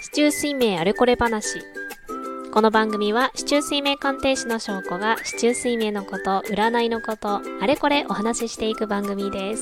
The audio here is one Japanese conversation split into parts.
四柱推命あれこれ話。この番組は四柱推命鑑定士の翔子が四柱推命のこと、占いのこと、あれこれお話ししていく番組です。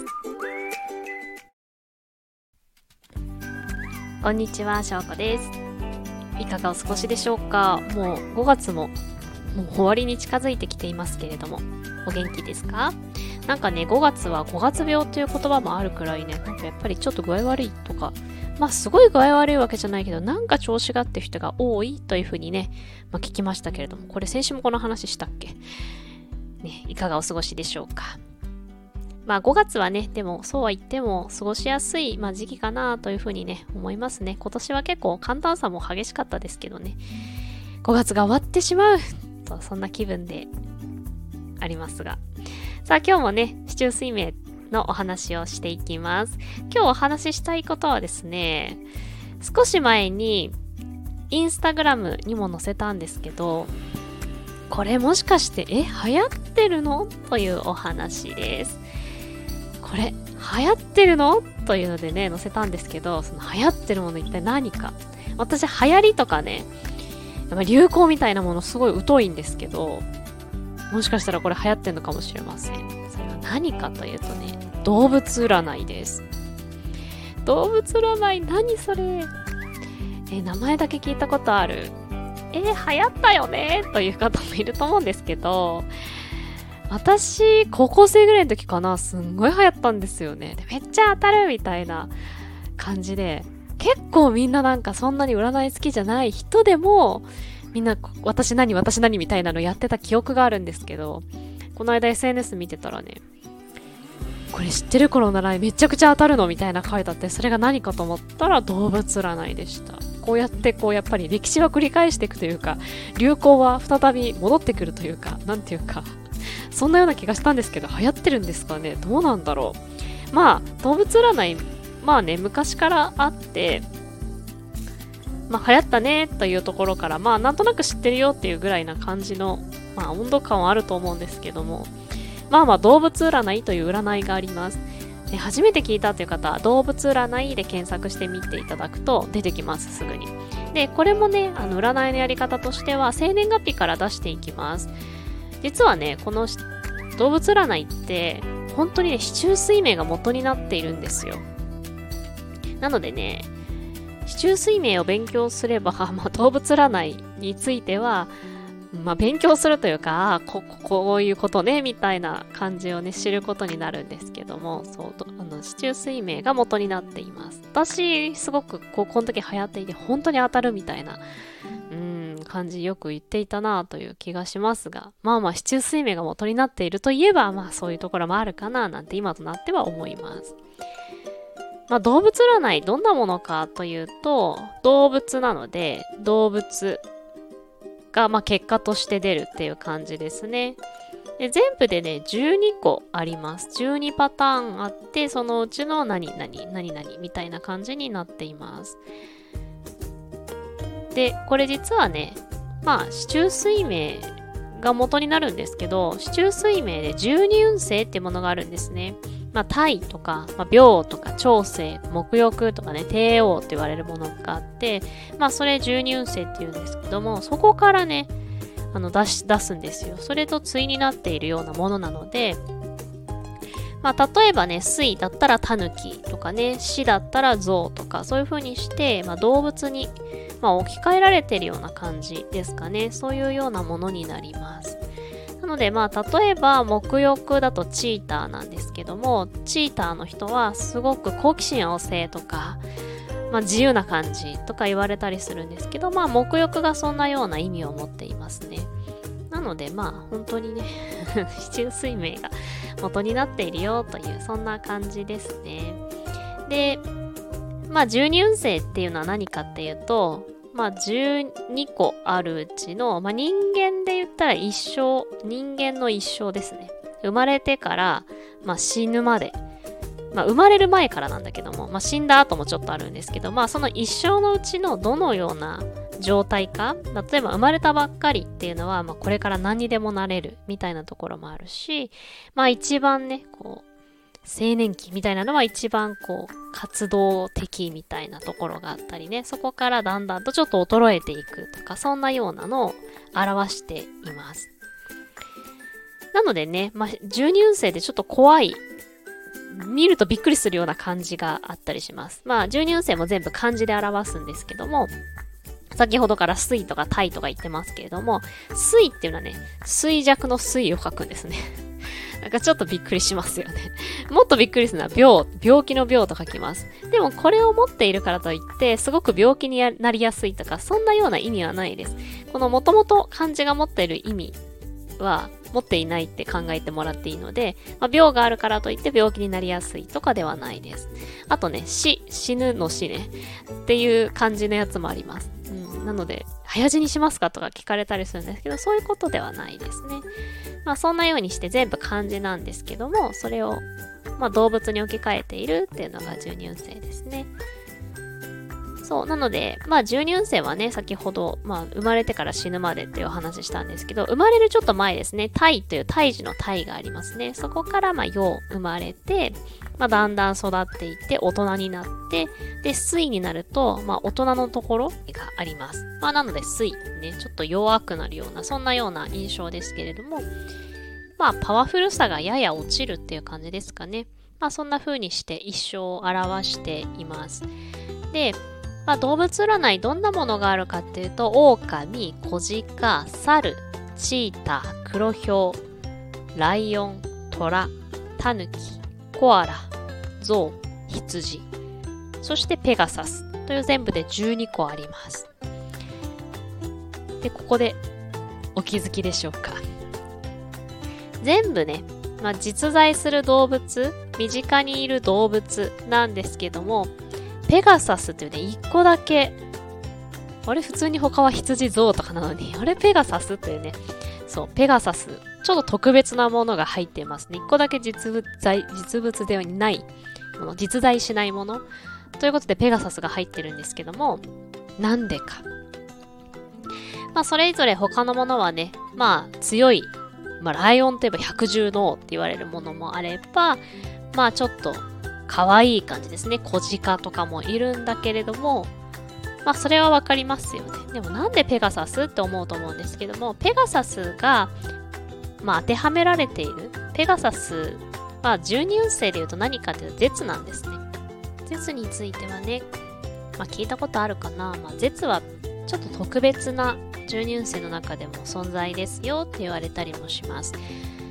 こんにちは、翔子です。いかがお過ごしでしょうか。もう5月も終わりに近づいてきていますけれども、お元気ですか？なんかね、5月は5月病という言葉もあるくらいね、なんかやっぱりちょっと具合悪いとか、すごい具合悪いわけじゃないけど、なんか調子がって人が多いというふうにね、聞きましたけれども、これ先週もこの話したっけね、いかがお過ごしでしょうか。5月はね、でもそうは言っても過ごしやすい、時期かなというふうにね、思いますね。今年は結構寒暖差も激しかったですけどね、5月が終わってしまうと、そんな気分でありますが。さあ今日もね、四柱推命のお話をしていきます。今日お話ししたいことはですね、少し前にインスタグラムにも載せたんですけど、これもしかして流行ってるのというお話です。これ流行ってるのというのでね載せたんですけど、その流行ってるもの一体何か。私流行りとかね、流行みたいなものすごい疎いんですけど、もしかしたらこれ流行ってるのかもしれません。それは何かというとね、動物占いです。動物占い、何それ？名前だけ聞いたことある。流行ったよねという方もいると思うんですけど、私高校生ぐらいの時かな、すんごい流行ったんですよね。でめっちゃ当たるみたいな感じで、結構みんななんかそんなに占い好きじゃない人でもみんな私何みたいなのやってた記憶があるんですけど、この間 SNS 見てたらね、これ知ってる頃占いめちゃくちゃ当たるのみたいな書いてあって、それが何かと思ったら動物占いでした。こうやってやっぱり歴史は繰り返していくというか、流行は再び戻ってくるというか、なんていうか、そんなような気がしたんですけど、流行ってるんですかね。どうなんだろう。動物占い昔からあって、流行ったねというところから、なんとなく知ってるよっていうぐらいな感じの、温度感はあると思うんですけども、動物占いという占いがあります。初めて聞いたという方は動物占いで検索してみていただくと出てきます、すぐに。で、これもね、占いのやり方としては生年月日から出していきます。実はね、この動物占いって本当にね、四柱推命が元になっているんですよ。なのでね、四柱推命を勉強すれば、動物占いについては勉強するというか、こういうことねみたいな感じをね知ることになるんですけども、四柱推命が元になっています。私すごくこの時流行っていて、本当に当たるみたいな感じよく言っていたなという気がしますが、四柱推命が元になっているといえば、そういうところもあるかななんて今となっては思います。動物占いどんなものかというと、動物なので動物が結果として出るっていう感じですね。で、全部でね12個あります。12パターンあって、そのうちの何々みたいな感じになっています。で、これ実はね、四柱推命が元になるんですけど、四柱推命で12運勢っていうものがあるんですね。太とか、病とか、長星、木欲とかね、帝王って言われるものがあって、それ12運勢って言うんですけども、そこからね、出すんですよ。それと対になっているようなものなので、例えばね、水だったらタヌキとかね、死だったら象とか、そういう風にして、動物に、置き換えられているような感じですかね。そういうようなものになります。なので例えば木欲だとチーターなんですけども、チーターの人はすごく好奇心旺盛とか、自由な感じとか言われたりするんですけど、木欲がそんなような意味を持っていますね。なので本当にね四柱推命が元になっているよという、そんな感じですね。で、12運勢っていうのは何かっていうと、12個あるうちの、人間で言ったら人間の一生ですね。生まれてから、死ぬまで。生まれる前からなんだけども、死んだ後もちょっとあるんですけど、その一生のうちのどのような状態か、例えば生まれたばっかりっていうのは、これから何にでもなれるみたいなところもあるし、一番ね、 青年期みたいなのは一番こう活動的みたいなところがあったりね、そこからだんだんとちょっと衰えていくとか、そんなようなのを表しています。なのでね、12運星でちょっと怖い、見るとびっくりするような漢字があったりします。12運星も全部漢字で表すんですけども、先ほどから水とか体とか言ってますけれども、水っていうのはね、衰弱の水を書くんですね。なんかちょっとびっくりしますよね。もっとびっくりするのは病気の病と書きます。でもこれを持っているからといって、すごく病気になりやすいとか、そんなような意味はないです。この元々漢字が持っている意味は、持っていないって考えてもらっていいので、病があるからといって病気になりやすいとかではないです。あとね、死ぬの死ね、っていう漢字のやつもあります。なので、早死にしますかとか聞かれたりするんですけど、そういうことではないですね。そんなようにして全部漢字なんですけども、それを、動物に置き換えているっていうのが12運星ですね。そう。なので、12運星はね、先ほど、生まれてから死ぬまでっていうお話したんですけど、生まれるちょっと前ですね、胎という胎児の胎がありますね。そこから、陽生まれて、だんだん育っていって大人になって、で、水になると、大人のところがあります。なので水、ね、ちょっと弱くなるような、そんなような印象ですけれども、パワフルさがやや落ちるっていう感じですかね。そんな風にして一生を表しています。で、動物占いどんなものがあるかっていうと、狼、小鹿、猿、チーター、黒ヒョウ、ライオン、トラ、タヌキ、コアラ、ゾウ、羊、そしてペガサスという全部で12個あります。で、ここでお気づきでしょうか。全部ね、実在する動物、身近にいる動物なんですけども、ペガサスっていうね、1個だけ、あれ普通に他は羊、ゾウとかなのに、あれペガサスっていうね、そう、ペガサス、ちょっと特別なものが入っていますね。1個だけ実物ではないもの、実在しないもの。ということでペガサスが入ってるんですけども、なんでか。それぞれ他のものはね、強い、ライオンといえば百獣の王って言われるものもあれば、ちょっと可愛い感じですね。小鹿とかもいるんだけれども、それはわかりますよね。でもなんでペガサスって思うと思うんですけども、ペガサスが、当てはめられている。ペガサスは12運星で言うと何かというと絶なんですね。絶についてはね、聞いたことあるかな。絶はちょっと特別な12運星の中でも存在ですよって言われたりもします。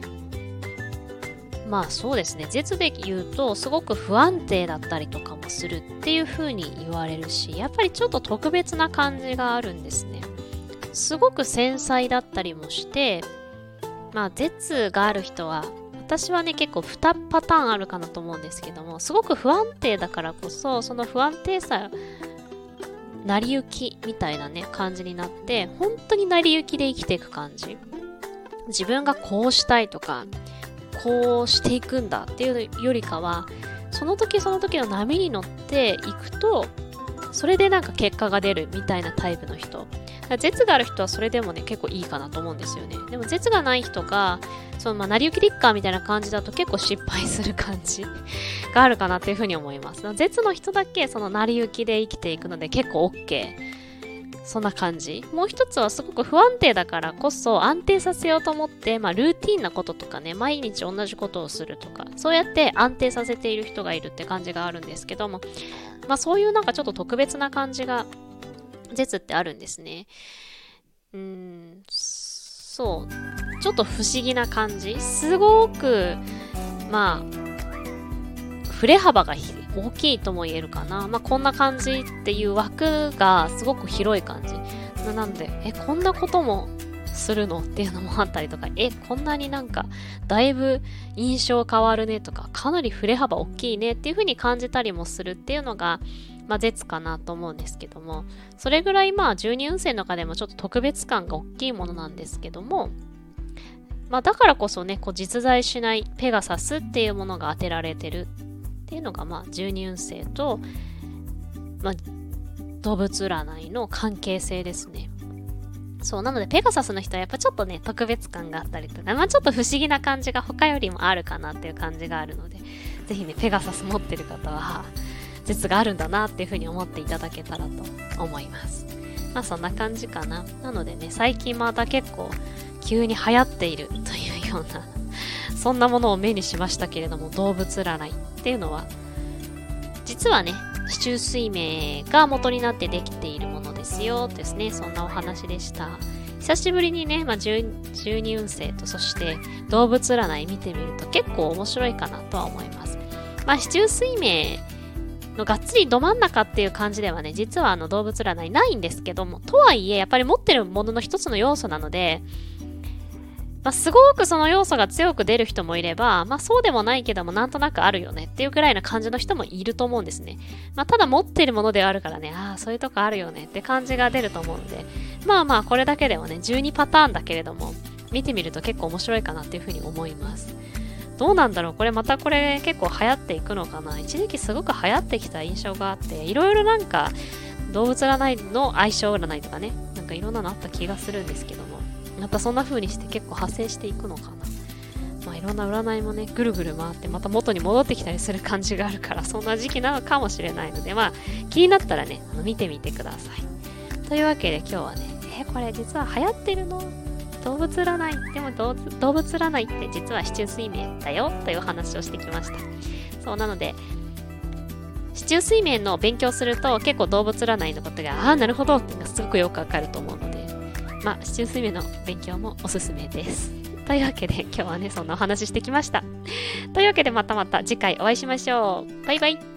そうですね。絶で言うとすごく不安定だったりとかもするっていう風に言われるし、やっぱりちょっと特別な感じがあるんですね。すごく繊細だったりもして、絶がある人は、私はね結構2パターンあるかなと思うんですけども、すごく不安定だからこそ、その不安定さ、成り行きみたいなね感じになって、本当に成り行きで生きていく感じ。自分がこうしたいとか、こうしていくんだっていうよりかは、その時その時の波に乗っていくと、それでなんか結果が出るみたいなタイプの人。絶がある人はそれでもね結構いいかなと思うんですよね。でも絶がない人が成り行きでいっかみたいな感じだと結構失敗する感じがあるかなっていうふうに思います。絶の人だけその成り行きで生きていくので結構 OK。そんな感じ。もう一つはすごく不安定だからこそ安定させようと思って、ルーティンなこととかね、毎日同じことをするとか、そうやって安定させている人がいるって感じがあるんですけども、そういうなんかちょっと特別な感じが絶ってあるんですね。そう。ちょっと不思議な感じ。すごく、振れ幅が大きいとも言えるかな。こんな感じっていう枠がすごく広い感じ。なんで、こんなこともするのっていうのもあったりとか、こんなになんか、だいぶ印象変わるねとか、かなり振れ幅大きいねっていう風に感じたりもするっていうのが、絶かなと思うんですけども、それぐらい12運星の中でもちょっと特別感が大きいものなんですけども、だからこそね、実在しないペガサスっていうものが当てられてるっていうのが12運星と、動物占いの関係性ですね。そうなのでペガサスの人はやっぱちょっとね特別感があったりとか、ちょっと不思議な感じが他よりもあるかなっていう感じがあるので、 ぜひね、ペガサス持ってる方は、説があるんだなっていうふうに思っていただけたらと思います。まあそんな感じかな。なのでね、最近また結構急に流行っているというような、そんなものを目にしましたけれども、動物占いっていうのは、実はね、四柱推命が元になってできているものですよですね、そんなお話でした。久しぶりにね、12運勢とそして動物占い見てみると結構面白いかなとは思います。まあ四柱推命のがっつりど真ん中っていう感じではね、実は動物占いないんですけども、とはいえやっぱり持ってるものの一つの要素なので、まあ、すごくその要素が強く出る人もいれば、まあそうでもないけどもなんとなくあるよねっていうくらいな感じの人もいると思うんですね。まあただ持ってるものではあるからね、ああそういうとこあるよねって感じが出ると思うので、まあまあこれだけでもね、12パターンだけれども、見てみると結構面白いかなっていうふうに思います。どうなんだろう、これまたこれ結構流行っていくのかな。一時期すごく流行ってきた印象があって、いろいろなんか動物占いの相性占いとかね、なんかいろんなのあった気がするんですけども、またそんな風にして結構派生していくのかな。まあいろんな占いもね、ぐるぐる回ってまた元に戻ってきたりする感じがあるから、そんな時期なのかもしれないので、まあ気になったらね、見てみてください。というわけで今日はね、これ実は流行ってるの？動物占い。でも動物占いって実は四柱推命だよというお話をしてきました。そうなので、四柱推命の勉強すると結構動物占いのことが、なるほどってすごくよくわかると思うので、まあ、四柱推命の勉強もおすすめです。というわけで今日はね、そんなお話してきました。というわけでまた次回お会いしましょう。バイバイ。